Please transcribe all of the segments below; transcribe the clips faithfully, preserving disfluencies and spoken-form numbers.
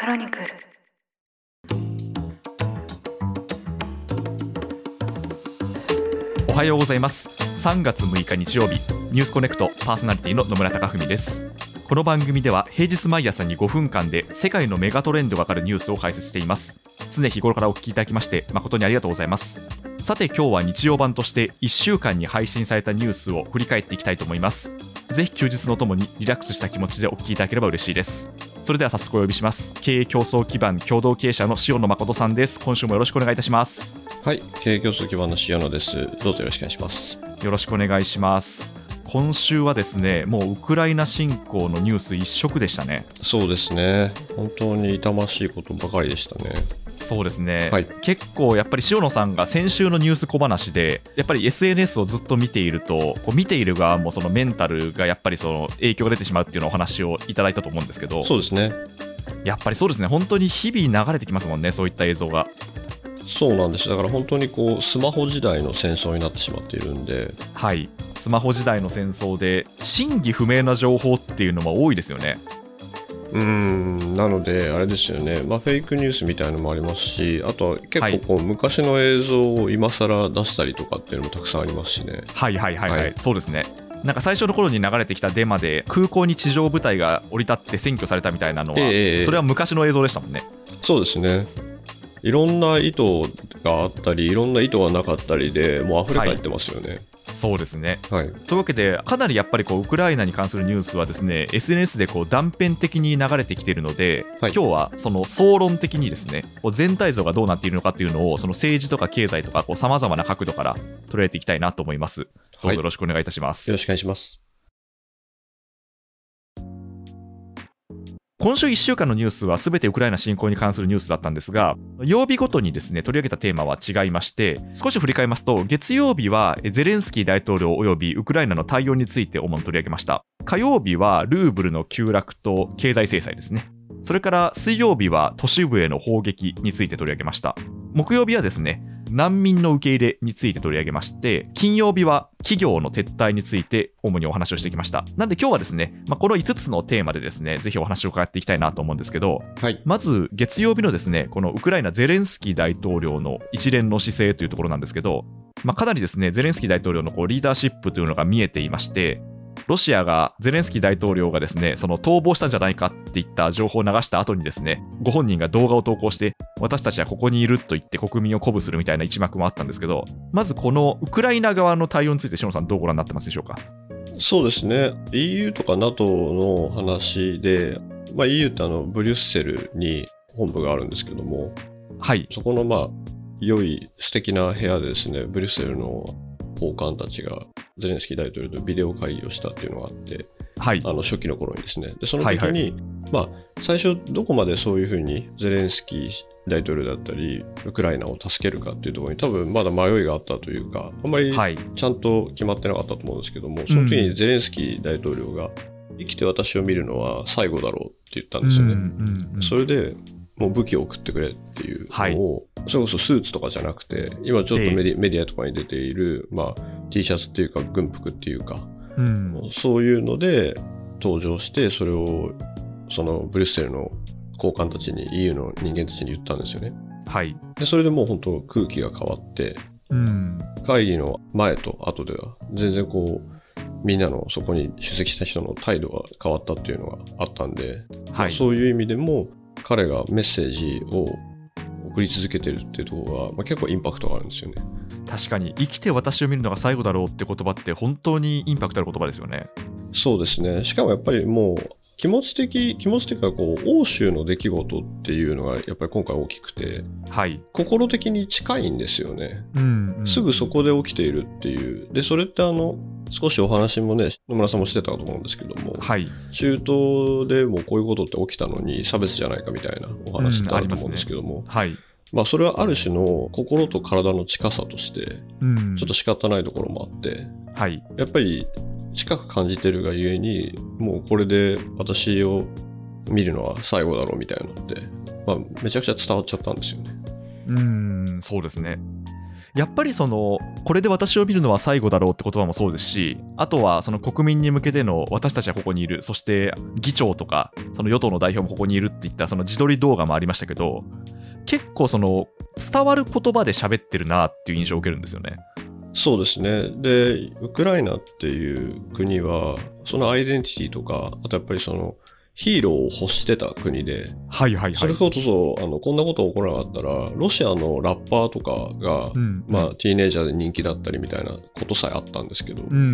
クロニクル。 おはようございます。さんがつむいか日曜日、ニュースコネクトパーソナリティの野村貴文です。この番組では平日毎朝にごふんかんで世界のメガトレンドがわかるニュースを解説しています。常日頃からお聞きいただきまして誠にありがとうございます。さて今日は日曜版としていっしゅうかんに配信されたニュースを振り返っていきたいと思います。ぜひ休日のともにリラックスした気持ちでお聞きいただければ嬉しいです。それでは早速お呼びします。経営競争基盤共同経営者の塩野誠さんです。今週もよろしくお願いいたします。 はい、経営競争基盤の塩野です。どうぞよろしくお願いします。 よろしくお願いします。今週はですね、もうウクライナ侵攻のニュース一色でしたね。 そうですね、本当に痛ましいことばかりでしたね。 そうですね、 はい、 結構やっぱり塩野さんが先週のニュース小話でやっぱり エスエヌエス をずっと見ているとこう見ている側もそのメンタルがやっぱりその影響が出てしまうっていうのをお話をいただいたと思うんですけど、 そうですね、 やっぱりそうですね、本当に日々流れてきますもんね、そういった映像が。 そうなんです。だから本当にこうスマホ時代の戦争になってしまっているんで、 はい、スマホ時代の戦争で真偽不明な情報っていうのも多いですよね。 うーんなのであれですよね、まあ、フェイクニュースみたいなのもありますし、あとは結構こう、はい、昔の映像を今更出したりとかっていうのもたくさんありますしね。 はいはいはいはい、はい、そうですね。なんか最初の頃に流れてきたデマで空港に地上部隊が降り立って占拠されたみたいなのは、えー、それは昔の映像でしたもんね。 そうですね、いろんな意図があったりいろんな意図がなかったりでもう溢れ返ってますよね。はい、 そうですね、 はい、 というわけでかなりやっぱりこうウクライナに関するニュースはですね エスエヌエス でこう断片的に流れてきているので、はい、今日はその総論的にですねこう全体像がどうなっているのかっていうのをその政治とか経済とかさまざまな角度から捉えていきたいなと思います。どうぞよろしくお願いいたします。 はい、よろしくお願いします。 今週いっしゅうかんのニュースはすべてウクライナ侵攻に関するニュースだったんですが、曜日ごとにですね取り上げたテーマは違いまして、少し振り返りますと月曜日はゼレンスキー大統領およびウクライナの対応について主に取り上げました。火曜日はルーブルの急落と経済制裁ですね。それから水曜日は都市部への砲撃について取り上げました。木曜日はですね難民の受け入れについて取り上げまして、金曜日は企業の撤退について主にお話をしてきました。なので今日はですね、まあ、このいつつのテーマでですねぜひお話を伺っていきたいなと思うんですけど、はい、まず月曜日のですねこのウクライナゼレンスキー大統領の一連の姿勢というところなんですけど、まあ、かなりですねゼレンスキー大統領のこうリーダーシップというのが見えていまして、ロシアがゼレンスキー大統領がですねその逃亡したんじゃないかっていった情報を流した後にですねご本人が動画を投稿して私たちはここにいると言って国民を鼓舞するみたいな一幕もあったんですけど、まずこのウクライナ側の対応について篠野さんどうご覧になってますでしょうか。 そうですね、 イーユー とか ナトー の話で、まあ、イーユー ってあのブリュッセルに本部があるんですけども、はい、そこのまあ良い素敵な部屋でですねブリュッセルの高官たちがゼレンスキー大統領とビデオ会議をしたっていうのがあって、はい、あの初期の頃にですね、でその時に、はいはい、まあ、最初どこまでそういうふうにゼレンスキー大統領だったりウクライナを助けるかっていうところに多分まだ迷いがあったというか、あんまりちゃんと決まってなかったと思うんですけども、はい、その時にゼレンスキー大統領が生きて私を見るのは最後だろうって言ったんですよね。うんうんうん、それでもう武器を送ってくれっていうのを、はい、それこそスーツとかじゃなくて今ちょっとメディ、えー、メディアとかに出ている、まあ、T シャツっていうか軍服っていうか、うん、そういうので登場してそれをそのブリュッセルの高官たちに イーユー の人間たちに言ったんですよね。はい、でそれでもう本当空気が変わって、うん、会議の前と後では全然こうみんなのそこに出席した人の態度が変わったっていうのがあったんで、はい、まあ、そういう意味でも彼がメッセージを送り続けてるっていうところが、まあ、結構インパクトがあるんですよね。確かに生きて私を見るのが最後だろうって言葉って本当にインパクトある言葉ですよね。そうですね。しかもやっぱりもう気持ち的気持ち的にはこう欧州の出来事っていうのがやっぱり今回大きくて、はい、心的に近いんですよね、うんうん、すぐそこで起きているっていう。でそれってあの少しお話もね野村さんもしてたと思うんですけども、はい、中東でもこういうことって起きたのに差別じゃないかみたいなお話ってあると思うんですけども、うん、はい、まあ、それはある種の心と体の近さとしてちょっと仕方ないところもあって、はい、やっぱり近く感じてるがゆえにもうこれで私を見るのは最後だろうみたいなのって、まあ、めちゃくちゃ伝わっちゃったんですよね。うーん、そうですね。 やっぱりそのこれで私を見るのは最後だろうって言葉もそうですし、あとはその国民に向けての私たちはここにいる、そして議長とかその与党の代表もここにいるっていったその自撮り動画もありましたけど、結構その伝わる言葉で喋ってるなっていう印象を受けるんですよね。 そうですね。で、ウクライナっていう国はそのアイデンティティとか、あとやっぱりそのヒーローを欲してた国で、 はいはいはい、 それこそあのこんなこと起こらなかったらロシアのラッパーとかが、うんまあ、ティーネイジャーで人気だったりみたいなことさえあったんですけど、うん、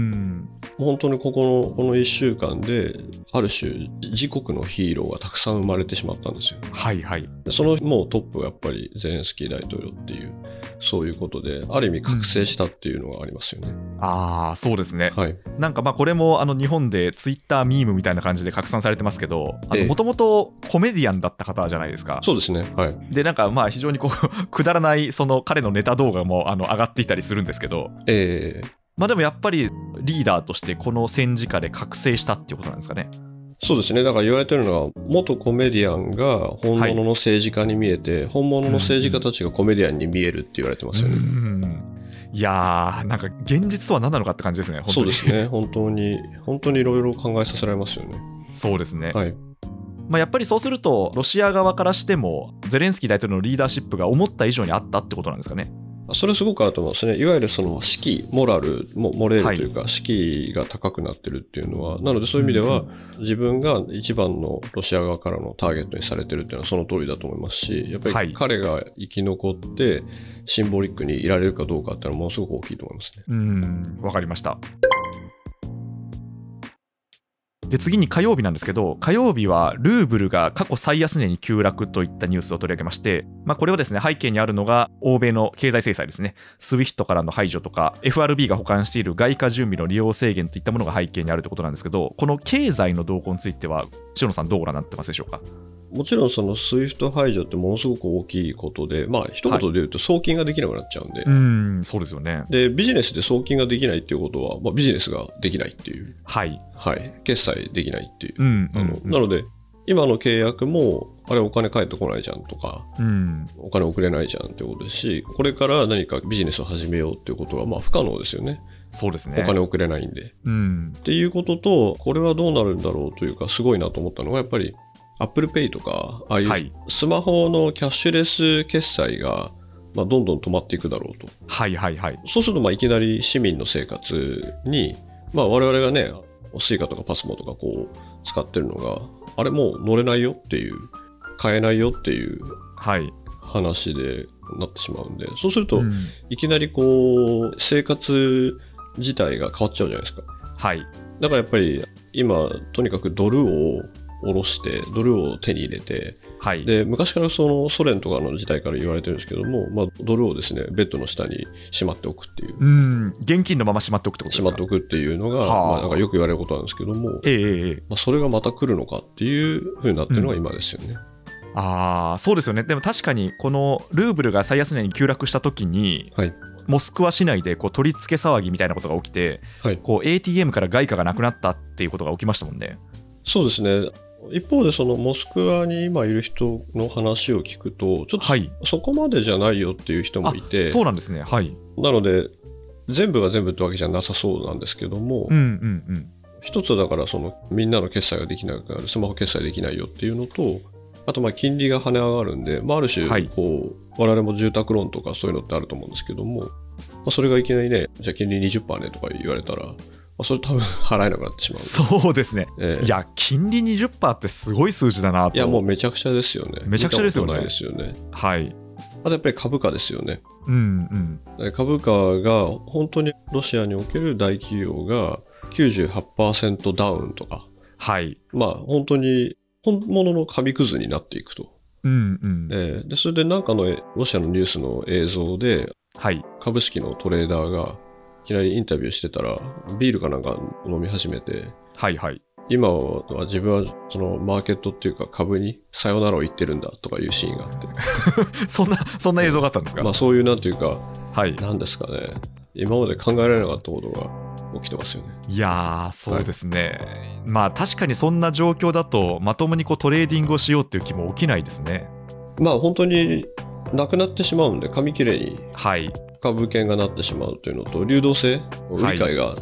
もう本当にここのこのいっしゅうかんである種自国のヒーローがたくさん生まれてしまったんですよ。 はいはい。 そのもうトップがやっぱりゼレンスキー大統領っていうそういうことである意味覚醒したっていうのがありますよね。うん、 ああそうですね。 はい、 なんかまあこれもあの日本でツイッターミームみたいな感じで拡散されてますけど、もともとコメディアンだった方じゃないですか。 そうですね。はい。 でなんかまあ非常にこうくだらないその彼のネタ動画もあの上がっていたりするんですけど、 えー、 まあでもやっぱりリーダーとしてこの戦時下で覚醒したっていうことなんですかね。 そうですね。だから言われてるのは元コメディアンが本物の政治家に見えて、はい、本物の政治家たちがコメディアンに見えるって言われてますよね。 うんいやーなんか現実とは何なのかって感じですね。本当にそうですね。本当に本当にいろいろ考えさせられますよね。 そうですね。 はい。 まあ、やっぱりそうするとロシア側からしてもゼレンスキー大統領のリーダーシップが思った以上にあったってことなんですかね。 それはすごくあると思いますね。いわゆるその士気、モラル、モレールというか、士気が高くなってるっていうのは、なのでそういう意味では、自分が一番のロシア側からのターゲットにされてるっていうのはその通りだと思いますし、やっぱり彼が生き残ってシンボリックにいられるかどうかっていうのはものすごく大きいと思いますね。 うーん、わかりました。で次に火曜日なんですけど、火曜日はルーブルが過去最安値に急落といったニュースを取り上げまして、まあ、これはですね背景にあるのが欧米の経済制裁ですね。スウィフトからの排除とか エフアールビー が保管している外貨準備の利用制限といったものが背景にあるということなんですけど、この経済の動向については塩野さんどうご覧になってますでしょうか。 もちろんそのスイフト排除ってものすごく大きいことで、まあ一言で言うと送金ができなくなっちゃうんで、 はい、うーんそうですよね。 でビジネスで送金ができないっていうことは、まあ、ビジネスができないっていう、 はいはい、決済できないっていう、 うんうんうん、 あのなので今の契約もあれお金返ってこないじゃんとか、うん、お金送れないじゃんってことですし、これから何かビジネスを始めようっていうことはまあ不可能ですよね。 そうですね。 お金送れないんで、 うん、 っていうことと、これはどうなるんだろうというかすごいなと思ったのがやっぱりApple Pay とかああいうスマホのキャッシュレス決済がまあどんどん止まっていくだろうと。 はいはいはい。 そうするとまあいきなり市民の生活にまあ我々がねスイカとかパスモとかこう使ってるのがあれもう乗れないよっていう買えないよっていう話でなってしまうんで、そうするといきなりこう生活自体が変わっちゃうじゃないですか。 はい。 だからやっぱり今とにかくドルを下ろしてドルを手に入れて、はい、で昔からそのソ連とかの時代から言われてるんですけども、まあ、ドルをですねベッドの下にしまっておくっていう、 うーん現金のまましまっておくってことですか。 しまっておくっていうのが、まあ、なんかよく言われることなんですけども、 えーまあ、それがまた来るのかっていう風になってるのが今ですよね。 うん、ああそうですよね。でも確かにこのルーブルが最安値に急落した時に、はい、モスクワ市内でこう取り付け騒ぎみたいなことが起きて、はい、こう エーティーエム から外貨がなくなったっていうことが起きましたもんね。そうですね。 一方でそのモスクワに今いる人の話を聞くとちょっとそこまでじゃないよっていう人もいて、 はい、そうなんですね。はい。 なので全部が全部ってわけじゃなさそうなんですけども、うんうんうん、一つはだからそのみんなの決済ができなくなる、スマホ決済できないよっていうのと、あとまあ金利が跳ね上がるんで、まあ、ある種こう、はい、我々も住宅ローンとかそういうのってあると思うんですけども、まあ、それがいきなりねじゃあ金利 にじゅっパーセント ねとか言われたらそれ多分払えなくなってしまう。 そうですね、えー、いや金利 にじゅっパーセント ってすごい数字だなと。 いやもうめちゃくちゃですよね。 めちゃくちゃですよね。 見たことないですよね。 はい。 あとやっぱり株価ですよね。 うんうん、株価が本当にロシアにおける大企業が きゅうじゅうはちパーセント ダウンとか、 はい、 まあ本当に本物の紙くずになっていくと、 うんうんえー、でそれでなんかのロシアのニュースの映像で、はい、株式のトレーダーがいきなりインタビューしてたらビールかなんか飲み始めて、 はいはい、 今は自分はそのマーケットっていうか株にさよならを言ってるんだとかいうシーンがあってそんなそんな映像があったんですか。 まあそういうなんていうか、 はい、 なんですかね、今まで考えられなかったことが起きてますよね。 いやーそうですね、はい、まあ確かにそんな状況だとまともにこうトレーディングをしようっていう気も起きないですね。 まあ本当になくなってしまうんで紙切れに、 はい、 株券がなってしまうというのと、流動性を理解が、はい、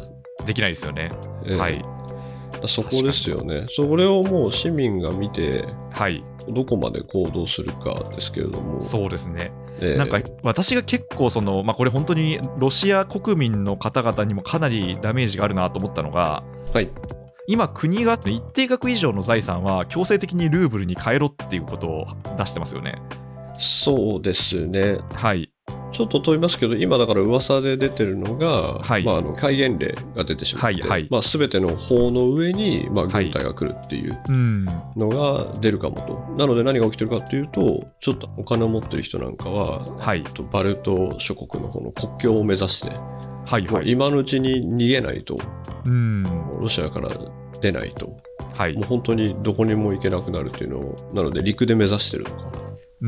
できないですよね、 えー、 はい、 そこですよね。それをもう市民が見て、 はい、 どこまで行動するかですけれども。 そうですね、 えー、 なんか私が結構その、まあ、これ本当にロシア国民の方々にもかなりダメージがあるなと思ったのが、 はい、 今国が一定額以上の財産は強制的にルーブルに変えろっていうことを出してますよね。 そうですね、 はい、 ちょっと問いますけど、今だから噂で出てるのが、 はい、 まあ、あの戒厳令が出てしまって、はいはい、まあ、全ての法の上に、まあ、軍隊が来るっていうのが出るかもと、はい、なので何が起きてるかというと、ちょっとお金を持ってる人なんかは、はい、バルト諸国の方の国境を目指して、はいはい、今のうちに逃げないと、うん、ロシアから出ないと、はい、もう本当にどこにも行けなくなるっていうのを、なので陸で目指してるとか、うん、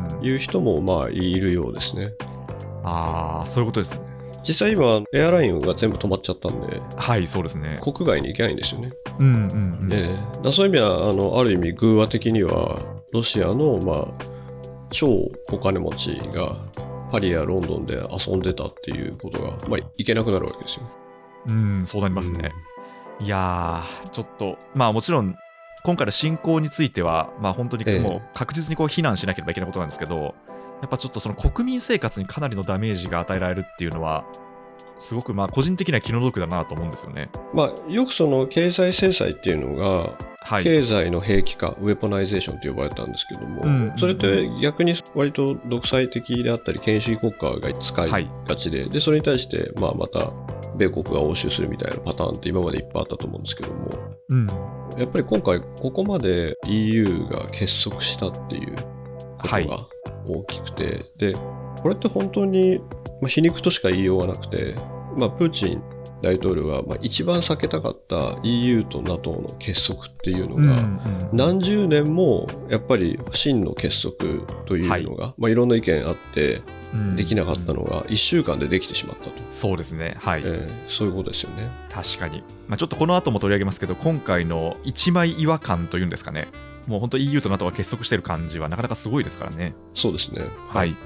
いう人もまあいるようですね。 ああ、そういうことですね。 実際今エアラインが全部止まっちゃったんで、 はい、そうですね。 国外に行けないんですよね。 うんうんうん。 えー、だそういう意味はあのある意味偶話的にはロシアのまあ超お金持ちがパリやロンドンで遊んでたっていうことがまあいけなくなるわけですよ。 うん、そうなりますね。うん、いやー、ちょっとまあもちろん今回の侵攻についてはまあ本当にもう確実にこう非難しなければいけないことなんですけど。えーやっぱちょっとその国民生活にかなりのダメージが与えられるっていうのはすごくまあ個人的には気の毒だなと思うんですよね。 まあ、よくその経済制裁っていうのが、はい、経済の兵器化、ウェポナイゼーションと呼ばれたんですけども、うんうんうん、それって逆に割と独裁的であったり権威主義国家が使いがちで、はい、でそれに対してまあまた米国が応酬するみたいなパターンって今までいっぱいあったと思うんですけども、うん、やっぱり今回ここまで イーユー が結束したっていうことが、はい、大きくて、でこれって本当に、まあ、皮肉としか言いようがなくて、まあ、プーチン大統領がまあ一番避けたかった イーユー と ナトー の結束っていうのが、何十年もやっぱり真の結束というのが、はい、まあ、いろんな意見あってできなかったのがいっしゅうかんでできてしまったと。 そうですね、はい、 えー、そういうことですよね。 確かに、まあ、ちょっとこの後も取り上げますけど、今回の一枚岩感というんですかね、もう本当 イーユー と ナトー が結束している感じはなかなかすごいですからね。 そうですね、 はい、はい。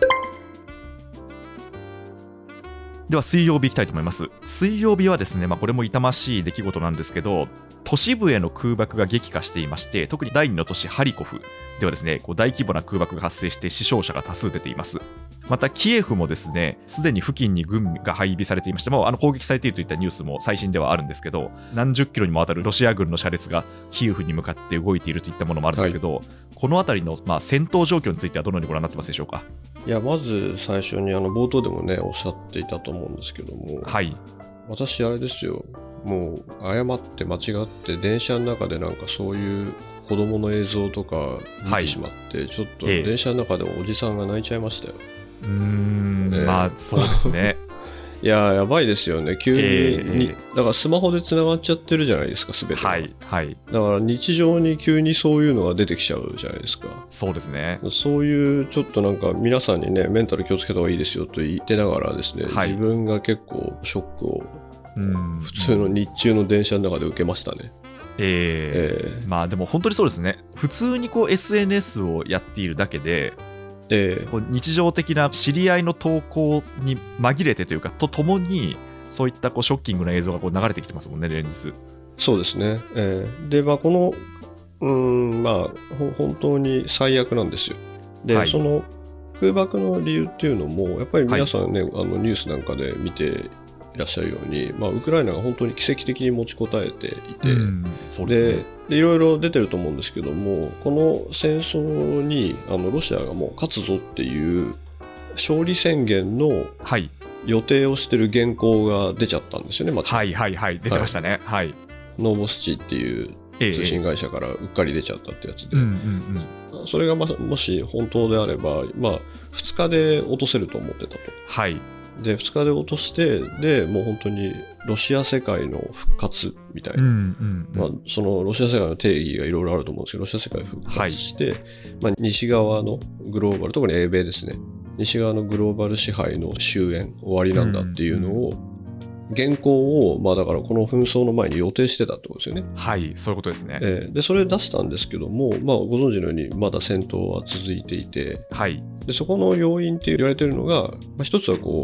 では水曜日いきたいと思います。水曜日はですね、まあ、これも痛ましい出来事なんですけど、都市部への空爆が激化していまして、特に第二の都市ハリコフではですね、こう大規模な空爆が発生して死傷者が多数出ています。またキエフもですね、すでに付近に軍が配備されていまして、もうあの攻撃されているといったニュースも最新ではあるんですけど、何十キロにもわたるロシア軍の車列がキエフに向かって動いているといったものもあるんですけど、はい、このあたりのまあ戦闘状況についてはどのようにご覧になってますでしょうか。 いや、まず最初にあの冒頭でもねおっしゃっていたと思うんですけども、 はい、 私あれですよ、もう誤って間違って電車の中でなんかそういう子供の映像とか見てしまって、はい、ちょっと電車の中でおじさんが泣いちゃいましたよ。 うーん、えー、まあそうですね。 いややばいですよね、急に、えー、だからスマホでつながっちゃってるじゃないですか、すべてが、 はいはい、 だから日常に急にそういうのが出てきちゃうじゃないですか。 そうですね。 そういうちょっとなんか皆さんにねメンタル気をつけた方がいいですよと言ってながらですね、はい、自分が結構ショックをうん普通の日中の電車の中で受けましたね。 えーえー、まあでも本当にそうですね。普通にこう エスエヌエス をやっているだけで、えー、こう日常的な知り合いの投稿に紛れてというかとともにそういったこうショッキングな映像がこう流れてきてますもんね、連日。 そうですね、えー、でまあこのうーんまあ本当に最悪なんですよ。で、はい、その空爆の理由っていうのもやっぱり皆さんね、はい、あのニュースなんかで見ていらっしゃるように、まあ、ウクライナが本当に奇跡的に持ちこたえていて、うん、そうですね、でいろいろ出てると思うんですけども、この戦争にあのロシアがもう勝つぞっていう勝利宣言の予定をしてる原稿が出ちゃったんですよね、まあ、 はいはいはい出てましたね、はい、 ノーボスチっていう通信会社からうっかり出ちゃったってやつで、 ええうんうんうん、それがもし本当であれば、まあ、ふつかで落とせると思ってたと。 はいでふつかで落としてでもう本当にロシア世界の復活みたいな、うんうんうんまあ、そのロシア世界の定義がいろいろあると思うんですけど、ロシア世界復活して、はいまあ、西側のグローバル、特に英米ですね、西側のグローバル支配の終焉終わりなんだっていうのを、うんうん原稿を、まあだからこの紛争の前に予定してたってことですよね。 はい、そういうことですね。 えー、で、それ出したんですけども、まあご存知のようにまだ戦闘は続いていて、 はい。 で、そこの要因って言われているのが、まあ、一つはこう、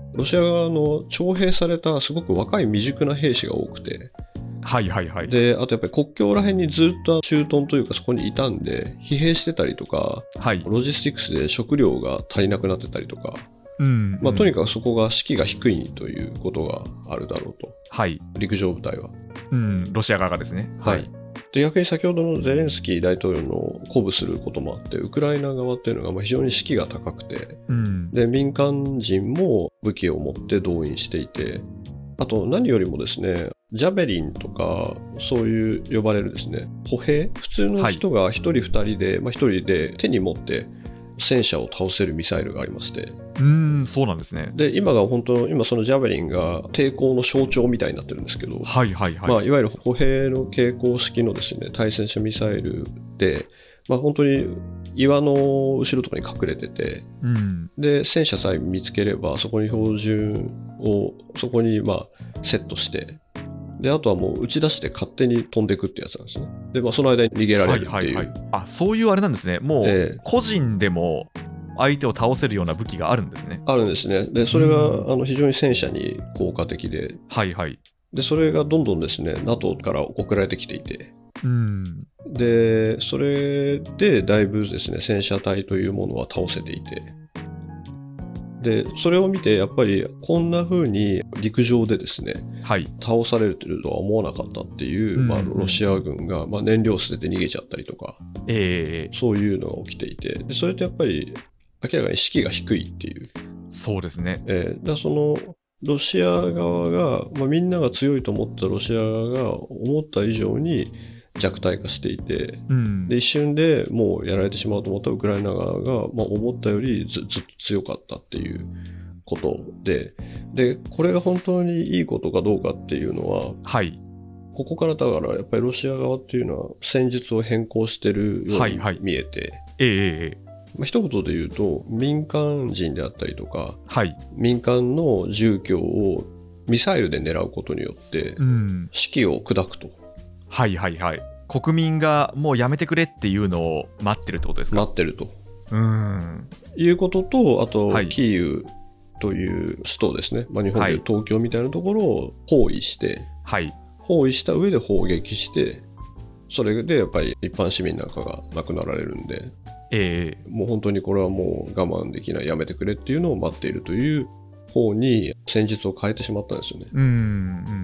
ロシア側の徴兵されたすごく若い未熟な兵士が多くて、 はいはいはい。 で、あとやっぱり国境ら辺にずっと駐屯というかそこにいたんで、疲弊してたりとか、 はい、 ロジスティクスで食料が足りなくなってたりとか、 うんうん、 まあ、とにかくそこが士気が低いということがあるだろうと。 はい。 陸上部隊は。 うん、ロシア側がですね。 はい。で、逆に先ほどのゼレンスキー大統領の鼓舞することもあって、ウクライナ側っていうのがまあ非常に士気が高くて、うん、で、民間人も武器を持って動員していて、あと何よりもですね、ジャベリンとか、そういう呼ばれるですね、歩兵、普通の人が一人二人で、はい、まあ一人で手に持って戦車を倒せるミサイルがありまして。 うーん、そうなんですね。 で、今が本当、今そのジャベリンが抵抗の象徴みたいになってるんですけど、 はいはいはい。 まあいわゆる歩兵の携行式のですね、対戦車ミサイルで、まあ本当に岩の後ろとかに隠れてて、うん、で、戦車さえ見つければ、そこに標準を、そこにまあセットして、で、あとはもう打ち出して勝手に飛んでいくってやつなんですね。で、まあその間に逃げられるっていう。はいはいはい、 あ、そういうあれなんですね。もう個人でも相手を倒せるような武器があるんですね。 あるんですね。で、それがあの非常に戦車に効果的で、 はいはい。 で、それがどんどんですね、NATO から送られてきていて、 うん、 で、それでだいぶですね、戦車隊というものは倒せていて、で、それを見てやっぱりこんな風に陸上でですね、はい、倒されるとは思わなかったっていう、うんうん、まあ、ロシア軍が、まあ、燃料捨てて逃げちゃったりとか、えー、そういうのが起きていて、でそれってやっぱり明らかに士気が低いっていう。 そうですね。 えー、だそのロシア側が、まあ、みんなが強いと思ったロシア側が思った以上に弱体化していて、うん、で一瞬でもうやられてしまうと思ったウクライナ側が、まあ、思ったより ず, ずっと強かったっていうことで、でこれが本当にいいことかどうかっていうのは、はい、ここからだからやっぱりロシア側っていうのは戦術を変更してるように見えて、はいはい、ええまあ、一言で言うと民間人であったりとか、はい、民間の住居をミサイルで狙うことによって、うん、士気を砕くと。 はいはいはい。国民がもうやめてくれっていうのを待ってるってことですか？ 待ってると。うーん。いうことと、あと、はい、キーウという首都ですね。まあ、日本でいう東京みたいなところを包囲して、はい、包囲した上で砲撃して、それでやっぱり一般市民なんかが亡くなられるんで、えー、もう本当にこれはもう我慢できない、やめてくれっていうのを待っているという方に戦術を変えてしまったんですよね。うん、うん、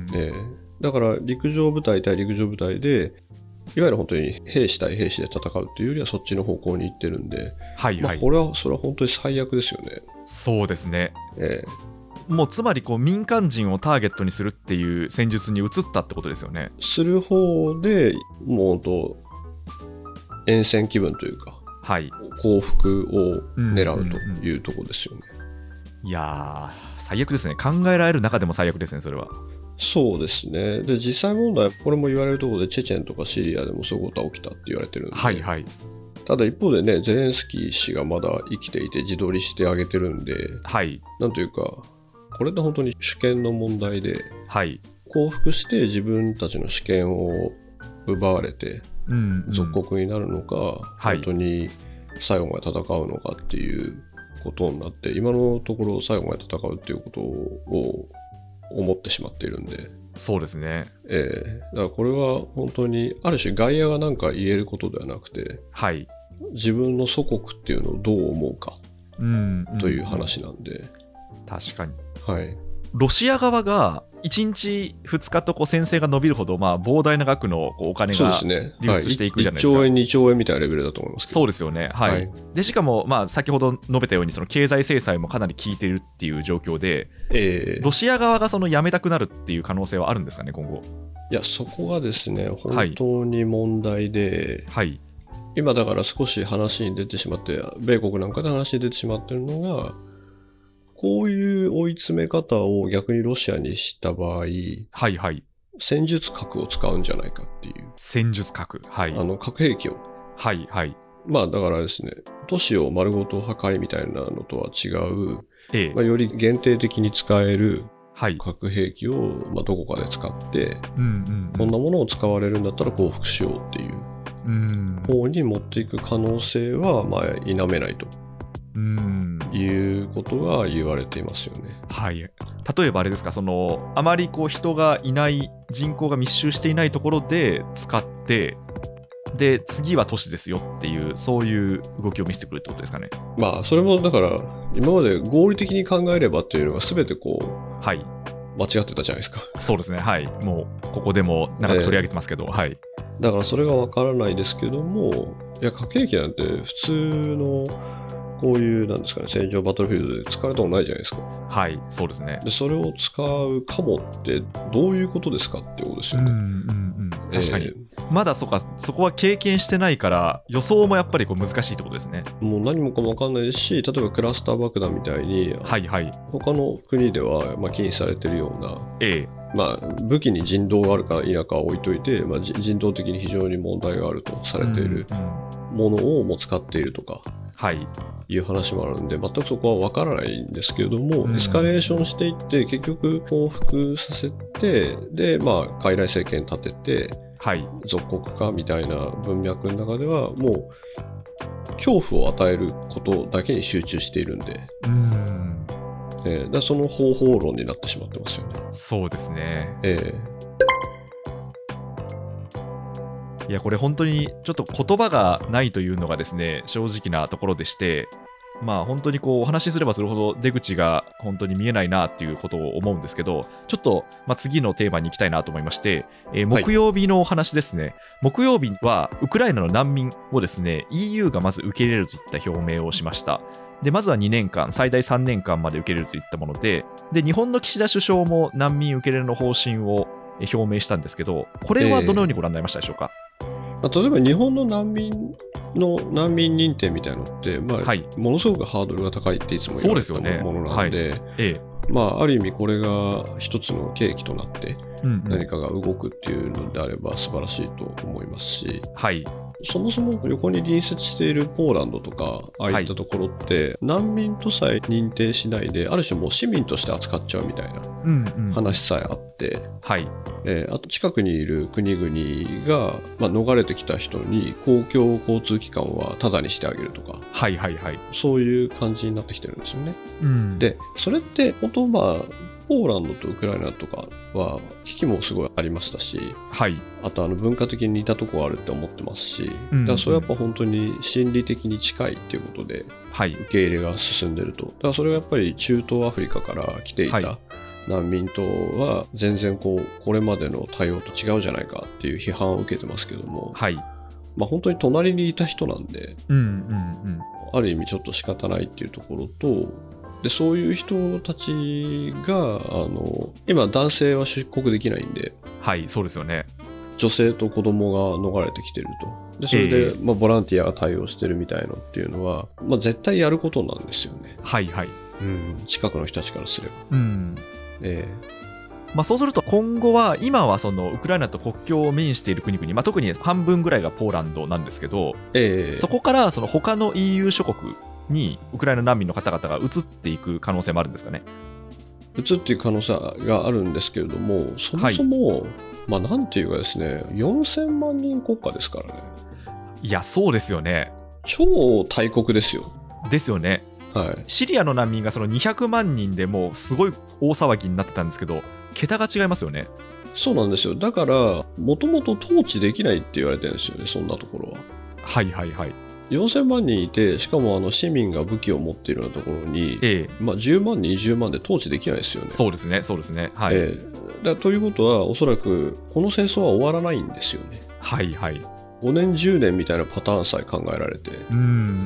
えー、だから陸上部隊対陸上部隊でいわゆる本当に兵士対兵士で戦うっていうよりはそっちの方向に行ってるんで、はいはい、まあ、これはそれは本当に最悪ですよね。 そうですね、えー、もうつまりこう民間人をターゲットにするっていう戦術に移ったってことですよね。 する方でもう本当厭戦気分というか、はい、降伏を狙うというところですよね。 うんうんうん、いやー最悪ですね。考えられる中でも最悪ですね、それは。 そうですね。で実際問題これも言われるところでチェチェンとかシリアでもそういうことが起きたって言われてるんで、はいはい、ただ一方でねゼレンスキー氏がまだ生きていて自撮りしてあげてるんで、はい、なんというかこれって本当に主権の問題で、はい、降伏して自分たちの主権を奪われて属国になるのか、うんうん、本当に最後まで戦うのかっていうことになって、今のところ最後まで戦うっていうことを思ってしまっているんで。 そうですね、 えー、だからこれは本当にある種外野が何か言えることではなくて、はい、自分の祖国っていうのをどう思うかという話なんで、うんうん、 確かに、 はい、 ロシア側がいちにちふつかとこう戦線が伸びるほど、まあ、膨大な額のこうお金が流出していくじゃないですか。 いっちょうえんにちょうえんみたいなレベルだと思いますけど。 そうですよね、はいはい、でしかも、まあ、先ほど述べたようにその経済制裁もかなり効いているっていう状況で、えー、ロシア側がそのやめたくなるっていう可能性はあるんですかね、今後。 いやそこがですね本当に問題で、はい、今だから少し話に出てしまって、米国なんかで話に出てしまってるのが、こういう追い詰め方を逆にロシアにした場合、はいはい、戦術核を使うんじゃないかっていう。 戦術核、はい、 あの核兵器を。はいはい。まあだからですね、都市を丸ごと破壊みたいなのとは違う、ええ、まあ、より限定的に使える核兵器を、まあ、どこかで使って、うんうんうん、こんなものを使われるんだったら降伏しようっていう、うん、方に持っていく可能性はまあ否めないと。うん、 いうことが言われていますよね。 はい、例えばあれですか、そのあまりこう人がいない人口が密集していないところで使って、で次は都市ですよっていう、そういう動きを見せてくるってことですかね。 まあそれもだから今まで合理的に考えればっていうのが全てこう、 はい、 間違ってたじゃないですか。 そうですね、はい、もうここでも長く取り上げてますけど、えー、はい、 だからそれがわからないですけども、いや核兵器なんて普通のこういうなんですかね、戦場バトルフィールドで使われたことないじゃないですか。 はい、そうですね。 でそれを使うかもってどういうことですかってことですよね。 うんうんうん、確かに、えー、まだそかそこは経験してないから予想もやっぱりこう難しいってことですね。 もう何もかも分かんないですし、例えばクラスター爆弾みたいに、 はいはい、 他の国ではまあ禁止されてるような、 ええまあ、武器に人道があるか否かは置いといて、まあ、人道的に非常に問題があるとされているものをもう使っているとか、 はい、 いう話もあるんで、全くそこは分からないんですけれども、うん、エスカレーションしていって結局報復させて、でまあ傀儡政権立てて、はい、属国化みたいな文脈の中ではもう恐怖を与えることだけに集中しているんで、うん、えー、だその方法論になってしまってますよね。 そうですね、 えー、いやこれ本当にちょっと言葉がないというのがですね、正直なところでして、まあ本当にこうお話しすればするほど出口が本当に見えないなっていうことを思うんですけど、ちょっとまあ次のテーマに行きたいなと思いまして、えー、木曜日のお話ですね、はい、木曜日はウクライナの難民をですね イーユー がまず受け入れるといった表明をしました。でまずはにねんかん、最大さんねんかんまで受け入れるといったもので、で日本の岸田首相も難民受け入れの方針を表明したんですけど、これはどのようにご覧になりましたでしょうか。 えー、例えば日本の難民の難民認定みたいなのって、まあはい、ものすごくハードルが高いっていつも言われてたものなんで、はいええまあ、ある意味これが一つの契機となって何かが動くっていうのであれば素晴らしいと思いますし、はい、そもそも横に隣接しているポーランドとかああいったところって、はい、難民とさえ認定しないである種もう市民として扱っちゃうみたいな話さえあって、うんうんはいえー、あと近くにいる国々が、まあ、逃れてきた人に公共交通機関はタダにしてあげるとか、はいはいはい、そういう感じになってきてるんですよね、うん、でそれって本当まあポーランドとウクライナとかは危機もすごいありましたし、はい、あとあの文化的に似たところあるって思ってますし、うんうん、だからそれはやっぱ本当に心理的に近いっていうことで受け入れが進んでると、だからそれはやっぱり中東アフリカから来ていた難民とは全然こうこれまでの対応と違うじゃないかっていう批判を受けてますけども、はいまあ、本当に隣にいた人なんで、うんうんうん、ある意味ちょっと仕方ないっていうところと、でそういう人たちがあの今男性は出国できないんで、はいそうですよね、女性と子供が逃れてきてると、でそれで、えーまあ、ボランティアが対応してるみたいのっていうのは、まあ、絶対やることなんですよね。はいはい、うん、近くの人たちからすれば、うんえーまあ、そうすると今後は今はそのウクライナと国境を面している国々、まあ、特に半分ぐらいがポーランドなんですけど、えー、そこからその他の イーユー 諸国にウクライナ難民の方々が移っていく可能性もあるんですかね。移っていく可能性があるんですけれども、そもそも、はいまあ、なんていうかですね、よんせんまんにん国家ですからね。いやそうですよね、超大国ですよ。ですよね、はい、シリアの難民がそのにひゃくまんにんでもうすごい大騒ぎになってたんですけど、桁が違いますよね。そうなんですよ。だからもともと統治できないって言われてるんですよね、そんなところは。はいはいはい。よんせんまんにんいて、しかもあの市民が武器を持っているようなところに、ええまあ、じゅうまんにじゅうまんで統治できないですよね。そうですねそうですね、はいええ、だということはおそらくこの戦争は終わらないんですよね。はいはいごねんじゅうねんみたいなパターンさえ考えられて、うんうん、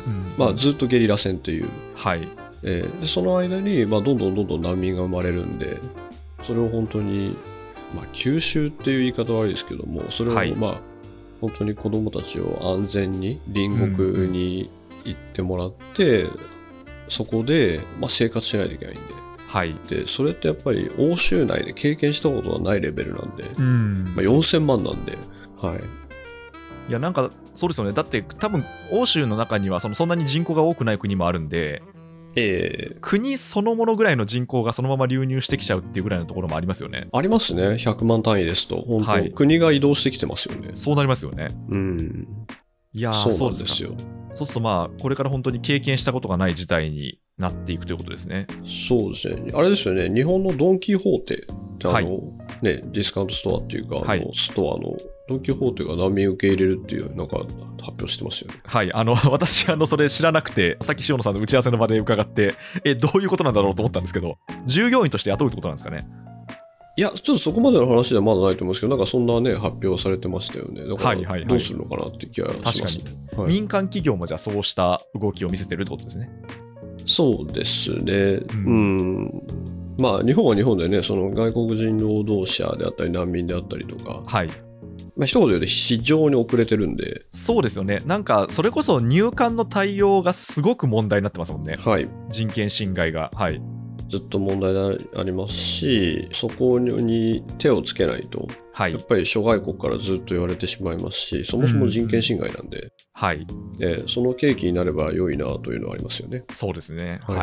まあ、ずっとゲリラ戦という、はいえー、でその間に、まあ、どんどんどんどん難民が生まれるんで、それを本当に、まあ、吸収っていう言い方は悪いですけども、それを、はいまあ本当に子どもたちを安全に隣国に行ってもらって、うん、そこで、まあ、生活しないといけないんで、はい、でそれってやっぱり欧州内で経験したことがないレベルなんで、うんまあ、よんせんまんなんで、はい、いやなんかそうですよね。だって多分欧州の中には そのそんなに人口が多くない国もあるんで、えー、国そのものぐらいの人口がそのまま流入してきちゃうっていうぐらいのところもありますよね。ありますね。ひゃくまん単位ですと本当、はい、国が移動してきてますよね。そうなりますよね。うんいやそうなんですよ。そうするとまあこれから本当に経験したことがない事態になっていくということですね。 そうですね。あれですよね。日本のドン・キホーテってあの、 はいね、ディスカウントストアっていうか、 はいあのストアのドン・キホーテが難民受け入れるっていうなんか発表してますよね。 はい、あの私あのそれ知らなくて、さっき塩野さんの打ち合わせの場で伺って、えどういうことなんだろうと思ったんですけど、従業員として雇うってことなんですかね。 いや、ちょっとそこまでの話ではまだないと思うんですけど、なんかそんなね、発表されてましたよね。だからどうするのかなって気がしますね。 確かに、 はい、 民間企業もじゃあそうした動きを見せてるってことですね。 そうですね。 ううん、ん。まあ日本は日本でね、その外国人労働者であったり難民であったりとか、 はい。 まあ一言で言うと非常に遅れてるんで。 そうですよね。なんかそれこそ入管の対応がすごく問題になってますもんね。 はい。 人権侵害が。はい。 ずっと問題でありますし、そこに手をつけないと、はい、やっぱり諸外国からずっと言われてしまいますし、そもそも人権侵害なんで、うんはい、 えー、その契機になれば良いなというのはありますよね。 そうですね。はい。 はい、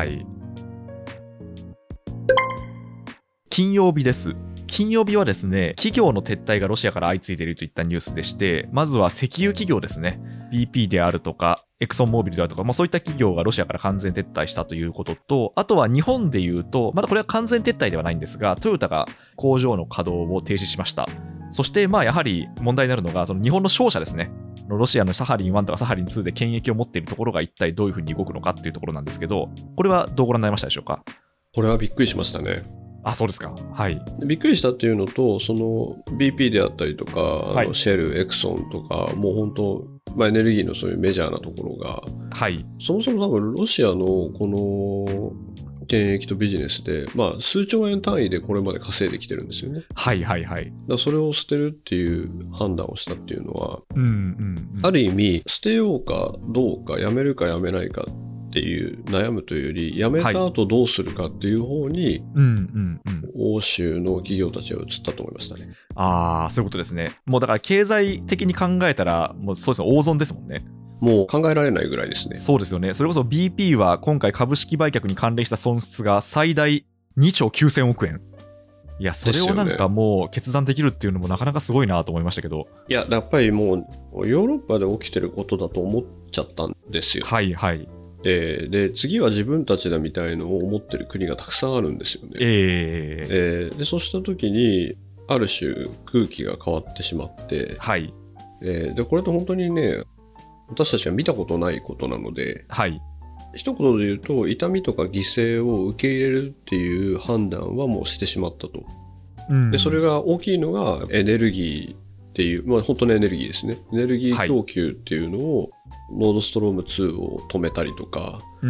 金曜日です。金曜日はですね、企業の撤退がロシアから相次いでいるといったニュースでして、まずは石油企業ですね。ビーピー であるとか、エクソンモービルであるとか、まあ、そういった企業がロシアから完全撤退したということと、あとは日本でいうと、まだこれは完全撤退ではないんですが、トヨタが工場の稼働を停止しました。そして、まあやはり問題になるのが、その日本の商社ですね。ロシアのサハリンワンとかサハリンツーで権益を持っているところが一体どういうふうに動くのかっていうところなんですけど、これはどうご覧になりましたでしょうか？ これはびっくりしましたね。 あ、そうですか。はい。 びっくりしたっていうのと、その ビーピー であったりとか、 はい、 あのシェル、エクソンとか、もう本当、まあ、エネルギーのそういうメジャーなところが、 はい、 そもそも多分ロシアのこの権益とビジネスで、まあ、数兆円単位でこれまで稼いできてるんですよね。 はいはいはい。 だからそれを捨てるっていう判断をしたっていうのは、 うんうんうん、 ある意味、捨てようかどうか、やめるかやめないかっていう悩むというより、やめた後どうするかっていう方に、 うんうんうん、 欧州の企業たちは移ったと思いましたね。 ああ、そういうことですね。もうだから経済的に考えたら、もうそうですね、大損ですもんね。 もう考えられないぐらいですね。 そうですよね。それこそ ビーピー は今回株式売却に関連した損失が最大にちょうきゅうせんおくえん。いや、それをなんかもう決断できるっていうのもなかなかすごいなと思いましたけど。 いや、やっぱりもうヨーロッパで起きてることだと思っちゃったんですよ。 はいはい。 で, で次は自分たちだみたいのを思ってる国がたくさんあるんですよね。 えーえー、でそうした時にある種空気が変わってしまって、 はいえー、でこれって本当にね、私たちが見たことないことなので、 はい、 一言で言うと痛みとか犠牲を受け入れるっていう判断はもうしてしまったと、うん、でそれが大きいのがエネルギーっていう、まあ、本当のエネルギーですね。エネルギー供給っていうのを、はい、ノードストロームツーを止めたりとか、うん、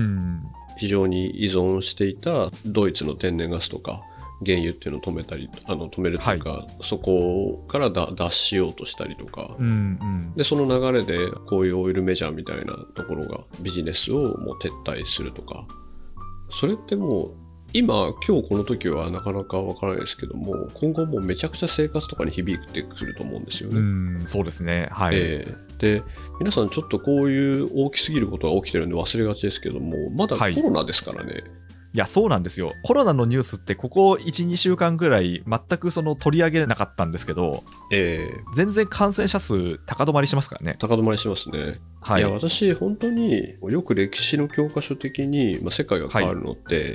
非常に依存していたドイツの天然ガスとか原油っていうのを止めたり、あの止めるというか、はい、そこからだ脱しようとしたりとか、うんうん、でその流れでこういうオイルメジャーみたいなところがビジネスをもう撤退するとか、それってもう今今日この時はなかなかわからないですけども、今後もうめちゃくちゃ生活とかに響いてくると思うんですよね。 うん、そうですね。はい。 えー、で皆さんちょっとこういう大きすぎることが起きてるんで忘れがちですけども、まだコロナですからね。はい、 いやそうなんですよ。コロナのニュースってここ いちにしゅうかんぐらい全くその取り上げなかったんですけど、えー、全然感染者数高止まりしますからね。 高止まりしますね。はい、いや私本当によく歴史の教科書的に、まあ、世界が変わるのって、はい、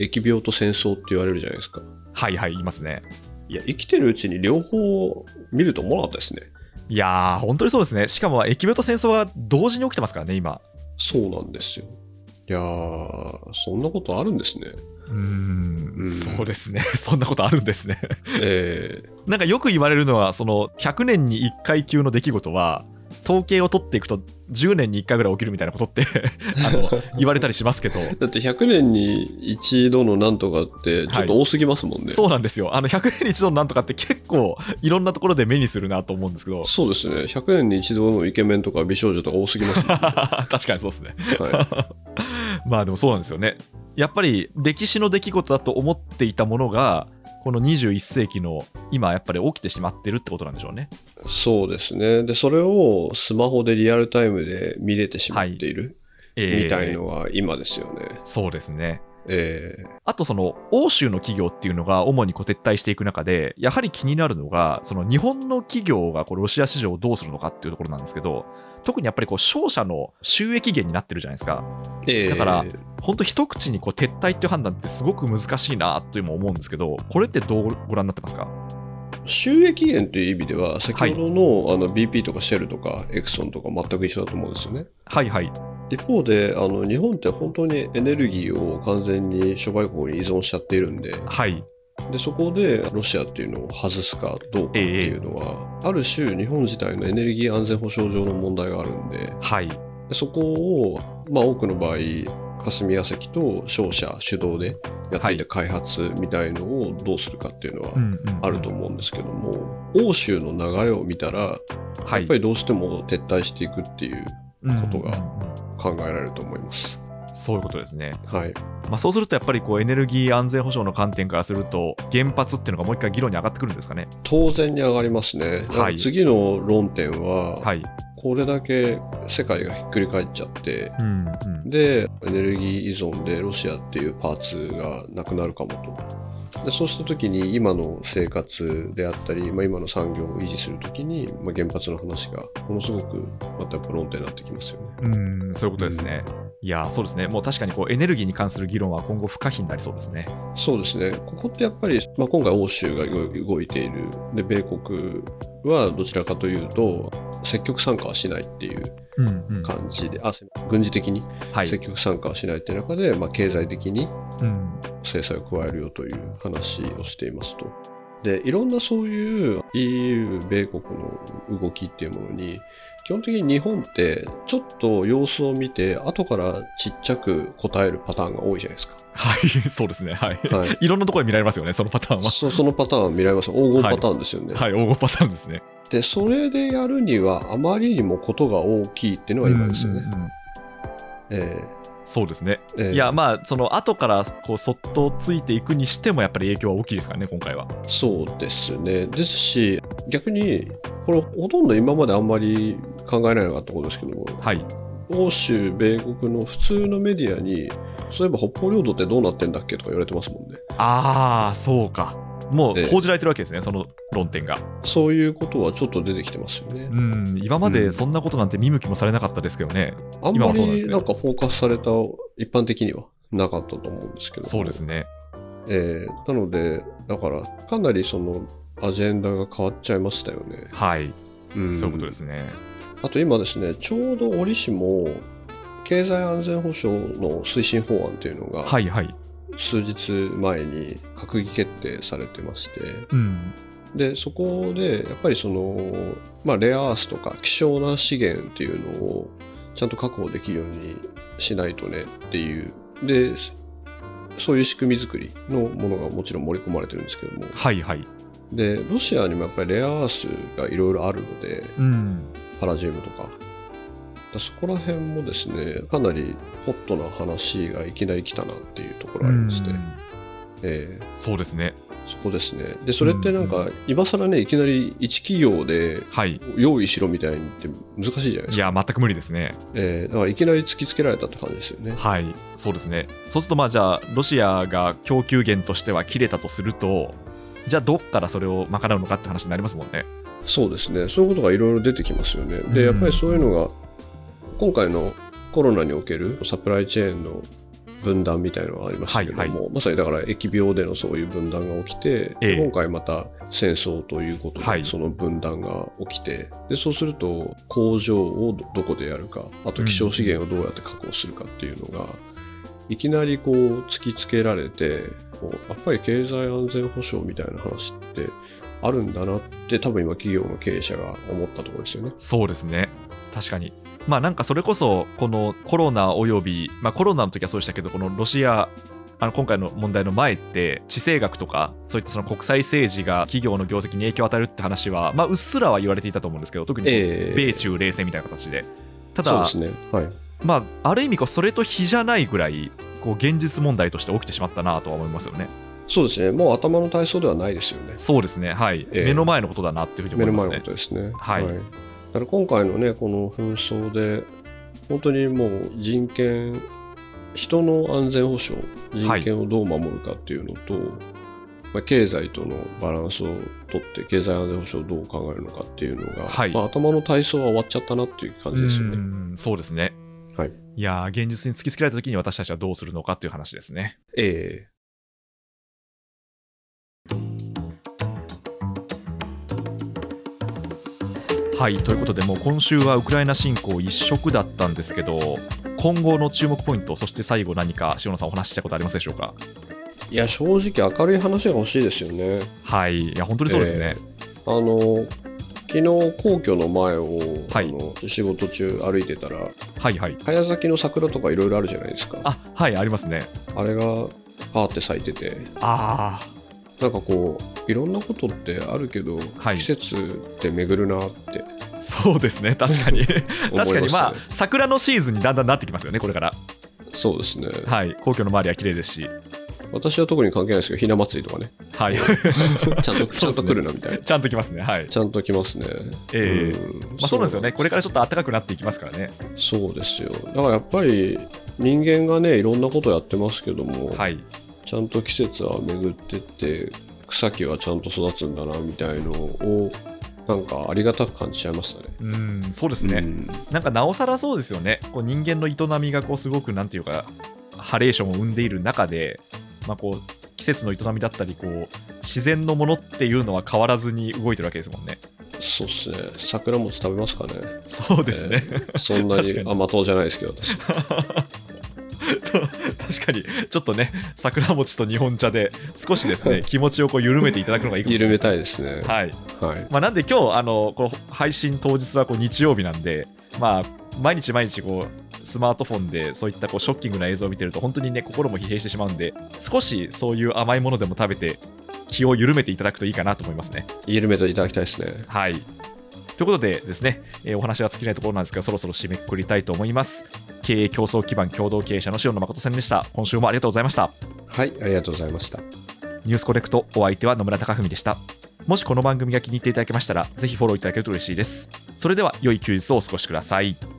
疫病と戦争って言われるじゃないですか。 はいはい、言いますね。 いや生きてるうちに両方見ると思わなかったですね。 いやー本当にそうですね。しかも疫病と戦争は同時に起きてますからね今。 そうなんですよ。いやーそんなことあるんですね。 うーん、うん、そうですね。そんなことあるんですね。 えー、 なんかよく言われるのは、そのひゃくねんにいっかい級の出来事は統計を取っていくとじゅうねんにいっかいぐらい起きるみたいなことってあの言われたりしますけど、 だってひゃくねんに一度のなんとかってちょっと多すぎますもんね。はい、 そうなんですよ。あのひゃくねんに一度のなんとかって結構いろんなところで目にするなと思うんですけど。 そうですね。ひゃくねんに一度のイケメンとか美少女とか多すぎますもんね。 確かにそうですね。はい、まあでもそうなんですよね。やっぱり歴史の出来事だと思っていたものがこのにじゅういっせいきの今やっぱり起きてしまってるってことなんでしょうね。 そうですね。でそれをスマホでリアルタイムで見れてしまっている、はいえー、みたいのは今ですよね。 そうですね。 えー、 あとその欧州の企業っていうのが主にこう撤退していく中でやはり気になるのがその日本の企業がこうロシア市場をどうするのかっていうところなんですけど、特にやっぱりこう商社の収益源になってるじゃないですか。えー、だから本当一口にこう撤退っていう判断ってすごく難しいなというも思うんですけど、これってどうご覧になってますか？ 収益源という意味では先ほど の,、はい、あの ビーピー とかシェルとかエクソンとか全く一緒だと思うんですよね。 はいはい。 一方であの日本って本当にエネルギーを完全に諸外国に依存しちゃっているんで、はい、でそこでロシアっていうのを外すかどうかっていうのは、ええ、ある種日本自体のエネルギー安全保障上の問題があるんで、はい、でそこを、まあ、多くの場合霞が関と商社主導でやっていた開発みたいのをどうするかっていうのはあると思うんですけども、欧州の流れを見たらやっぱりどうしても撤退していくっていうことが考えられると思います。 そういうことですね。 はい。 まあ、そうするとやっぱりこうエネルギー安全保障の観点からすると原発っていうのがもう一回議論に上がってくるんですかね。 当然に上がりますね。はい、次の論点は、はい、これだけ世界がひっくり返っちゃって、うんうん、でエネルギー依存でロシアっていうパーツがなくなるかもと。でそうした時に今の生活であったり、まあ、今の産業を維持する時に、まあ、原発の話がものすごくまたやっぱ論点になってきますよね。 うん、そういうことですね。うんいやそうですね、もう確かにこうエネルギーに関する議論は今後不可避になりそうですね。 そうですね、ここってやっぱり、まあ、今回欧州が動いているで米国はどちらかというと積極参加はしないっていう感じで、うんうん、あ軍事的に積極参加はしないっていう中で、はいまあ、経済的に制裁を加えるよという話をしていますと。でいろんなそういう イーユー 米国の動きっていうものに基本的に日本ってちょっと様子を見て後からちっちゃく答えるパターンが多いじゃないですか。 はいそうですね、はい、はい、いろんなところで見られますよねそのパターンは。 そ, そのパターン見られます。黄金パターンですよね。 はい、はい、黄金パターンですね。 でそれでやるにはあまりにもことが大きいっていうのが今ですよね。うんうんうんえーそうですね、えー、いやまあその後からこうそっとついていくにしてもやっぱり影響は大きいですからね今回は。 そうですね。ですし逆にこれほとんど今まであんまり考えられなかったことですけども、はい、欧州米国の普通のメディアにそういえば北方領土ってどうなってんだっけとか言われてますもんね。 ああそうか、もう報じられてるわけですね、えー、その論点が。 そういうことはちょっと出てきてますよね。 うん今までそんなことなんて見向きもされなかったですけどね、 うん、あんまりなんかフォーカスされた一般的にはなかったと思うんですけど。 そうですね、 えー、なのでだからかなりそのアジェンダが変わっちゃいましたよね。 はい、うん、そういうことですね。 あと今ですねちょうど折しも経済安全保障の推進法案っていうのが、はいはい数日前に閣議決定されてまして、うん、でそこでやっぱりその、まあ、レアアースとか希少な資源っていうのをちゃんと確保できるようにしないとねっていうでそういう仕組み作りのものがもちろん盛り込まれてるんですけども、はいはい、でロシアにもやっぱりレアアースがいろいろあるので、うん、パラジウムとかそこら辺もですねかなりホットな話がいきなり来たなっていうところありまして、えー、 そうですねそこですね。でそれってなんか今更ねいきなり一企業で用意しろみたいにって難しいじゃないですか。 いや全く無理ですね、 えー、だからいきなり突きつけられたって感じですよね。 はいそうですね。そうするとまあじゃあロシアが供給源としては切れたとするとじゃあどっからそれを賄うのかって話になりますもんね。 そうですねそういうことがいろいろ出てきますよね。でやっぱりそういうのが今回のコロナにおけるサプライチェーンの分断みたいなのがありましたけども、はいはい、まさにだから疫病でのそういう分断が起きて、ええ、今回また戦争ということでその分断が起きて、はい、でそうすると工場をどこでやるかあと希少資源をどうやって確保するかっていうのが、うん、いきなりこう突きつけられてこうやっぱり経済安全保障みたいな話ってあるんだなって多分今企業の経営者が思ったところですよね。 そうですね確かにまあなんかそれこそこのコロナおよび、まあ、コロナの時はそうでしたけどこのロシアあの今回の問題の前って地政学とかそういったその国際政治が企業の業績に影響を与えるって話は、まあ、うっすらは言われていたと思うんですけど特に米中冷戦みたいな形で、えー、ただそうですね、はいまあ、ある意味こうそれと比じゃないぐらいこう現実問題として起きてしまったなとは思いますよね。 そうですねもう頭の体操ではないですよね。 そうですねはい、えー、目の前のことだなっていうふうに思いますね。 目の前のことですねはい、はいだから今回のねこの紛争で本当にもう人権人の安全保障人権をどう守るかっていうのと、はいまあ、経済とのバランスをとって経済安全保障をどう考えるのかっていうのが、はいまあ、頭の体操は終わっちゃったなっていう感じですよね。 うんそうですねはい。 いやー、現実に突きつけられた時に私たちはどうするのかという話ですね。 ええはい、ということでもう今週はウクライナ侵攻一色だったんですけど、今後の注目ポイント、そして最後何か塩野さんお話ししたことありますでしょうか。 いや、正直明るい話が欲しいですよね。 はい、いや本当にそうですね。 えー、あの昨日皇居の前を、 はい、 あの仕事中歩いてたら、 はいはい、 早咲きの桜とかいろいろあるじゃないですか。 あ、はい、ありますね。 あれがパーって咲いてて、 ああ、なんかこういろんなことってあるけど、はい、季節って巡るなって。 そうですね、確かに確かに、まあ桜のシーズンにだんだんなってきますよね、これから。 そうですね。 はい、皇居の周りは綺麗ですし、 私は特に関係ないですけど、ひな祭りとかね、 はいちゃんとちゃんと来るなみたいな。 ちゃんと来ますね。はい、 ちゃんと来ますね。 えーうん、まあ、そうなんですよね。これからちょっと暖かくなっていきますからね。 そうですよ。だからやっぱり人間がね、いろんなことやってますけども、 はい、 ちゃんと季節は巡ってって草木はちゃんと育つんだなみたいのをなんかありがたく感じちゃいましたね。 うん、そうですね。んなんかなおさらそうですよね。こう人間の営みがこうすごくなんていうかハレーションを生んでいる中で、まあ、こう季節の営みだったりこう自然のものっていうのは変わらずに動いてるわけですもんね。 そうですね。桜餅食べますかね。 そうですね、 えー、そんなに甘党じゃないですけど私確かにちょっとね、桜餅と日本茶で少しですね気持ちをこう緩めていただくのがいいかもしれないですね。 緩めたいですね。 はい、 はい。 まあ、なんで今日あのこう配信当日はこう日曜日なんで、まあ毎日毎日こうスマートフォンでそういったこうショッキングな映像を見てると本当にね心も疲弊してしまうんで、少しそういう甘いものでも食べて気を緩めていただくといいかなと思いますね。 緩めていただきたいですね。 はい。ということでですね、えー、お話は尽きないところなんですが、そろそろ締めくくりたいと思います。経営競争基盤共同経営者の塩野誠さんでした。今週もありがとうございました。 はい、ありがとうございました。 ニュースコネクト、お相手は野村貴文でした。もしこの番組が気に入っていただけましたら、ぜひフォローいただけると嬉しいです。それでは良い休日をお過ごしください。